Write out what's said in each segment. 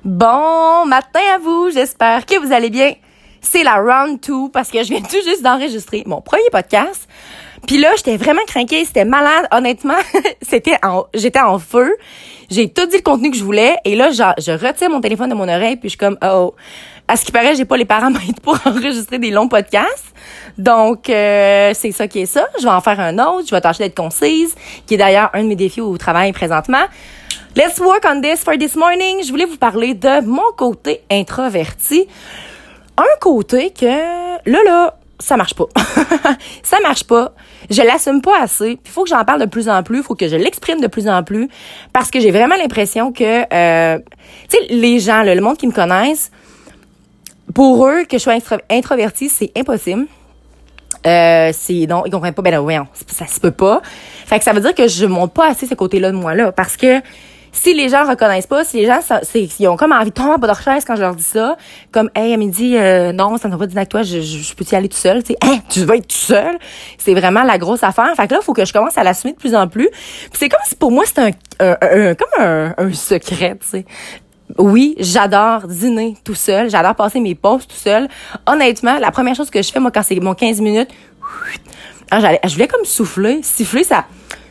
Bon matin à vous, j'espère que vous allez bien. C'est la round 2 parce que je viens tout juste d'enregistrer mon premier podcast. Puis là, j'étais vraiment craquée, c'était malade, honnêtement. J'étais en feu. J'ai tout dit le contenu que je voulais et là, je retire mon téléphone de mon oreille puis je suis comme oh. À ce qui paraît, j'ai pas les paramètres pour enregistrer des longs podcasts. Donc, c'est ça qui est ça. Je vais en faire un autre. Je vais tâcher d'être concise, qui est d'ailleurs un de mes défis au travail présentement. Let's work on this for this morning. Je voulais vous parler de mon côté introverti. Un côté que, là, ça marche pas. Ça marche pas. Je l'assume pas assez. Il faut que j'en parle de plus en plus. Il faut que je l'exprime de plus en plus. Parce que j'ai vraiment l'impression que, tu sais, les gens, le monde qui me connaissent, pour eux, que je sois introvertie, c'est impossible. Ils comprennent pas, ben là, voyons, ça se peut pas. Fait que ça veut dire que je montre pas assez ce côté-là de moi-là. Parce que si les gens reconnaissent pas, si les gens, ils ont comme envie de tomber en bas de leur chaise quand je leur dis ça, comme, hey, à midi, non, ça ne va pas dîner avec toi, je peux y aller tout seul, tu sais, hein, tu vas être tout seul. C'est vraiment la grosse affaire. Fait que là, il faut que je commence à l'assumer de plus en plus. Puis c'est comme si pour moi, c'était un secret, tu sais. Oui, j'adore dîner tout seul. J'adore passer mes pauses tout seul. Honnêtement, la première chose que je fais, moi, quand c'est mon 15 minutes, je voulais comme siffler, ça...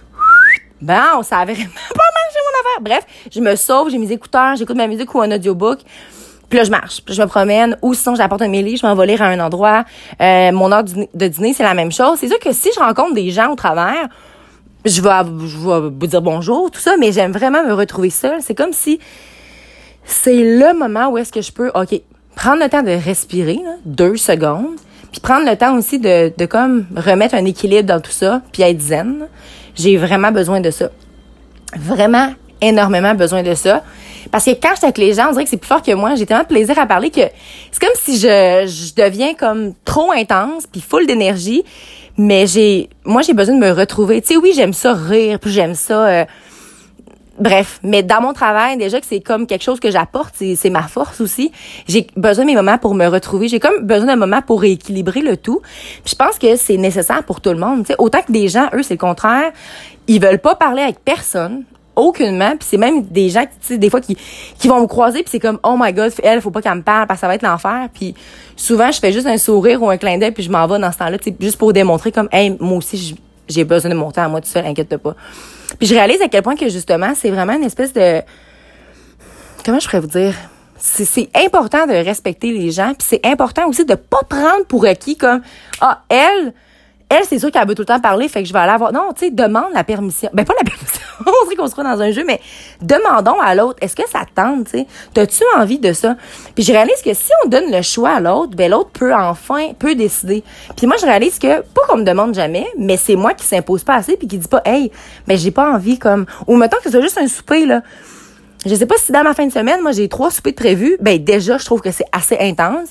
Bon, ça avait vraiment pas marché mon affaire. Bref, je me sauve, j'ai mes écouteurs, j'écoute ma musique ou un audiobook. Puis là, je marche. Puis je me promène. Ou sinon, j'apporte un mes livres, je m'en vais lire à un endroit. Mon heure de dîner, c'est la même chose. C'est sûr que si je rencontre des gens au travers, je vais vous dire bonjour, tout ça, mais j'aime vraiment me retrouver seule. C'est comme si... C'est le moment où est-ce que je peux, prendre le temps de respirer, là, 2 secondes, puis prendre le temps aussi de comme remettre un équilibre dans tout ça, puis être zen. J'ai vraiment besoin de ça. Vraiment énormément besoin de ça. Parce que quand je suis avec les gens, on dirait que c'est plus fort que moi. J'ai tellement de plaisir à parler que c'est comme si je deviens comme trop intense, puis full d'énergie. Mais j'ai besoin de me retrouver. Tu sais, oui, j'aime ça rire, puis j'aime ça... Bref, mais dans mon travail, déjà que c'est comme quelque chose que j'apporte, c'est ma force aussi. J'ai besoin de mes moments pour me retrouver. J'ai comme besoin d'un moment pour rééquilibrer le tout. Puis je pense que c'est nécessaire pour tout le monde. T'sais, autant que des gens, eux, c'est le contraire. Ils veulent pas parler avec personne, aucunement. Puis c'est même des gens, tu sais, des fois qui vont me croiser, puis c'est comme oh my God, elle, faut pas qu'elle me parle parce que ça va être l'enfer. Puis souvent, je fais juste un sourire ou un clin d'œil, puis je m'en vais dans ce temps-là, tu sais, juste pour démontrer comme hey, moi aussi, j'ai besoin de mon temps à moi tout seul, inquiète-toi pas. Puis je réalise à quel point que justement, c'est vraiment une espèce de... Comment je pourrais vous dire? C'est important de respecter les gens, puis c'est important aussi de pas prendre pour acquis comme elle, c'est sûr qu'elle veut tout le temps parler, fait que je vais aller avoir... Non, tu sais, demande la permission. Ben, pas la permission, on dirait qu'on se trouve dans un jeu, mais demandons à l'autre, est-ce que ça te tente, tu sais? T'as-tu envie de ça? Puis je réalise que si on donne le choix à l'autre, ben l'autre peut décider. Puis moi, je réalise que, pas qu'on me demande jamais, mais c'est moi qui s'impose pas assez puis qui dit pas, hey, ben j'ai pas envie comme... Ou mettons que ce soit juste un souper, là. Je sais pas si dans ma fin de semaine, moi, j'ai 3 soupers de prévus, ben déjà, je trouve que c'est assez intense.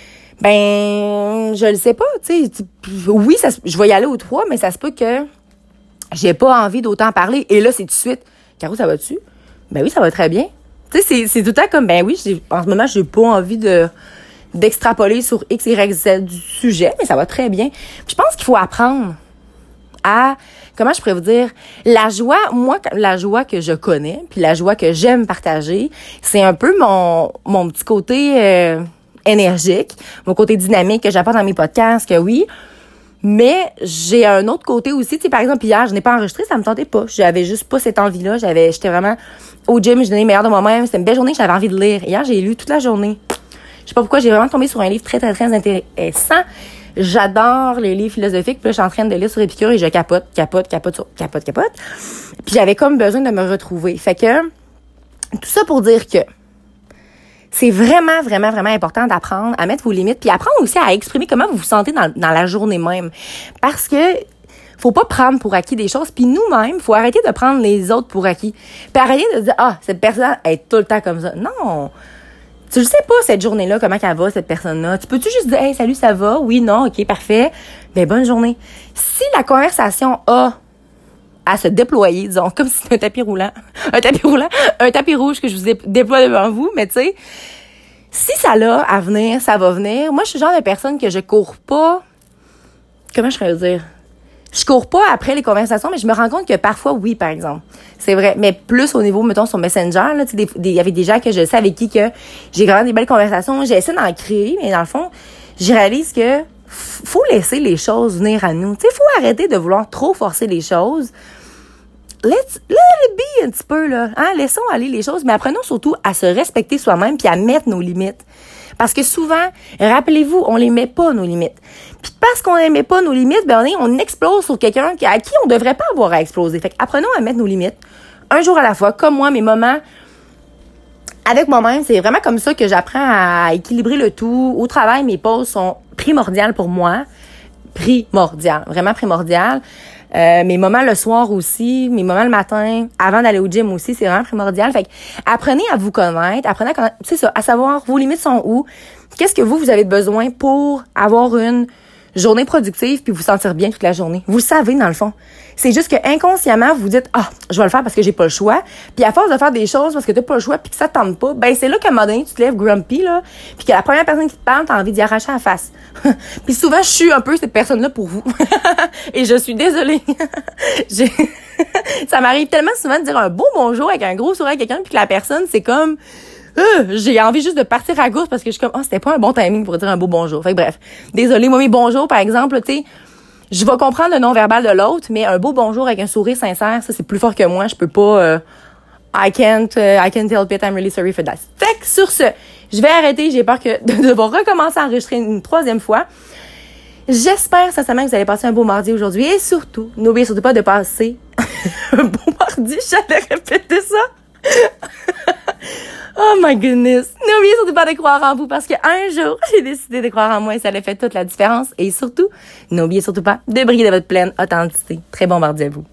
Ben, je le sais pas, tu sais. Oui, je vais y aller aux 3, mais ça se peut que j'ai pas envie d'autant parler. Et là, c'est tout de suite, Caro, ça va-tu? Ben oui, ça va très bien. Tu sais, c'est tout le temps comme, ben oui, en ce moment, j'ai pas envie d'extrapoler sur X, Y, Z du sujet, mais ça va très bien. Puis je pense qu'il faut apprendre à, comment je pourrais vous dire, la joie que je connais, puis la joie que j'aime partager, c'est un peu mon petit côté... énergique, mon côté dynamique que j'apporte dans mes podcasts, que oui, mais j'ai un autre côté aussi, tu sais, par exemple, hier, je n'ai pas enregistré, ça me tentait pas, j'avais juste pas cette envie-là, j'étais vraiment au gym, je donnais le meilleur de moi-même, c'était une belle journée, j'avais envie de lire. Hier, j'ai lu toute la journée. Je sais pas pourquoi, j'ai vraiment tombé sur un livre très, très, très intéressant. J'adore les livres philosophiques, puis là, je suis en train de lire sur Épicure et je capote. Puis j'avais comme besoin de me retrouver. Fait que, tout ça pour dire que c'est vraiment, vraiment, vraiment important d'apprendre à mettre vos limites, puis apprendre aussi à exprimer comment vous vous sentez dans la journée même. Parce que faut pas prendre pour acquis des choses, puis nous-mêmes, faut arrêter de prendre les autres pour acquis. Puis arrêter de dire, cette personne est tout le temps comme ça. Non! Tu le sais pas, cette journée-là, comment qu'elle va, cette personne-là. Tu peux-tu juste dire, hey, salut, ça va? Oui, non, OK, parfait. Ben, bonne journée. Si la conversation a à se déployer, disons, comme si c'était un tapis roulant, un tapis rouge que je vous déploie devant vous, mais tu sais, si ça l'a à venir, ça va venir. Moi, je suis le genre de personne que je cours pas, comment je pourrais dire? je cours pas après les conversations, mais je me rends compte que parfois, oui, par exemple. C'est vrai. Mais plus au niveau, mettons, sur Messenger, là, tu sais, il y avait des gens que je sais avec qui que j'ai vraiment des belles conversations. J'essaie d'en créer, mais dans le fond, je réalise que faut laisser les choses venir à nous. Tu sais, faut arrêter de vouloir trop forcer les choses. Let it be un petit peu, là. Hein? Laissons aller les choses, mais apprenons surtout à se respecter soi-même puis à mettre nos limites. Parce que souvent, rappelez-vous, on les met pas, nos limites. Puis parce qu'on les met pas, nos limites, ben on explose sur quelqu'un à qui on devrait pas avoir à exploser. Fait qu'apprenons à mettre nos limites, un jour à la fois. Comme moi, mes moments avec moi-même, c'est vraiment comme ça que j'apprends à équilibrer le tout. Au travail, mes pauses sont primordiales pour moi. Vraiment primordiales. Mes moments le soir aussi, mes moments le matin, avant d'aller au gym aussi, c'est vraiment primordial. Fait que apprenez à vous connaître, apprenez à connaître, c'est ça, à savoir vos limites sont où, qu'est-ce que vous avez besoin pour avoir une journée productive puis vous sentir bien toute la journée. Vous le savez dans le fond. C'est juste que inconsciemment vous dites je vais le faire parce que j'ai pas le choix. Puis à force de faire des choses parce que t'as pas le choix puis que ça te tente pas, ben c'est là qu'à un moment donné tu te lèves grumpy là, puis que la première personne qui te parle t'as envie d'y arracher la face. Puis souvent je suis un peu cette personne là pour vous. Et je suis désolée. Ça m'arrive tellement souvent de dire un beau bonjour avec un gros sourire à quelqu'un puis que la personne c'est comme j'ai envie juste de partir à gauche parce que je suis comme c'était pas un bon timing pour dire un beau bonjour. Fait que bref, désolée, moi mes bonjours par exemple, tu sais, je vais comprendre le non-verbal de l'autre, mais un beau bonjour avec un sourire sincère, ça c'est plus fort que moi, je peux pas I can't help it, I'm really sorry for that. Fait que sur ce, je vais arrêter, j'ai peur que de devoir recommencer à enregistrer une troisième fois. J'espère sincèrement que vous allez passer un beau mardi aujourd'hui et surtout, n'oubliez surtout pas de passer un beau mardi, j'allais répéter ça. Oh my goodness. N'oubliez surtout pas de croire en vous parce qu'un jour, j'ai décidé de croire en moi et ça a fait toute la différence. Et surtout, n'oubliez surtout pas de briller de votre pleine authenticité. Très bon mardi à vous.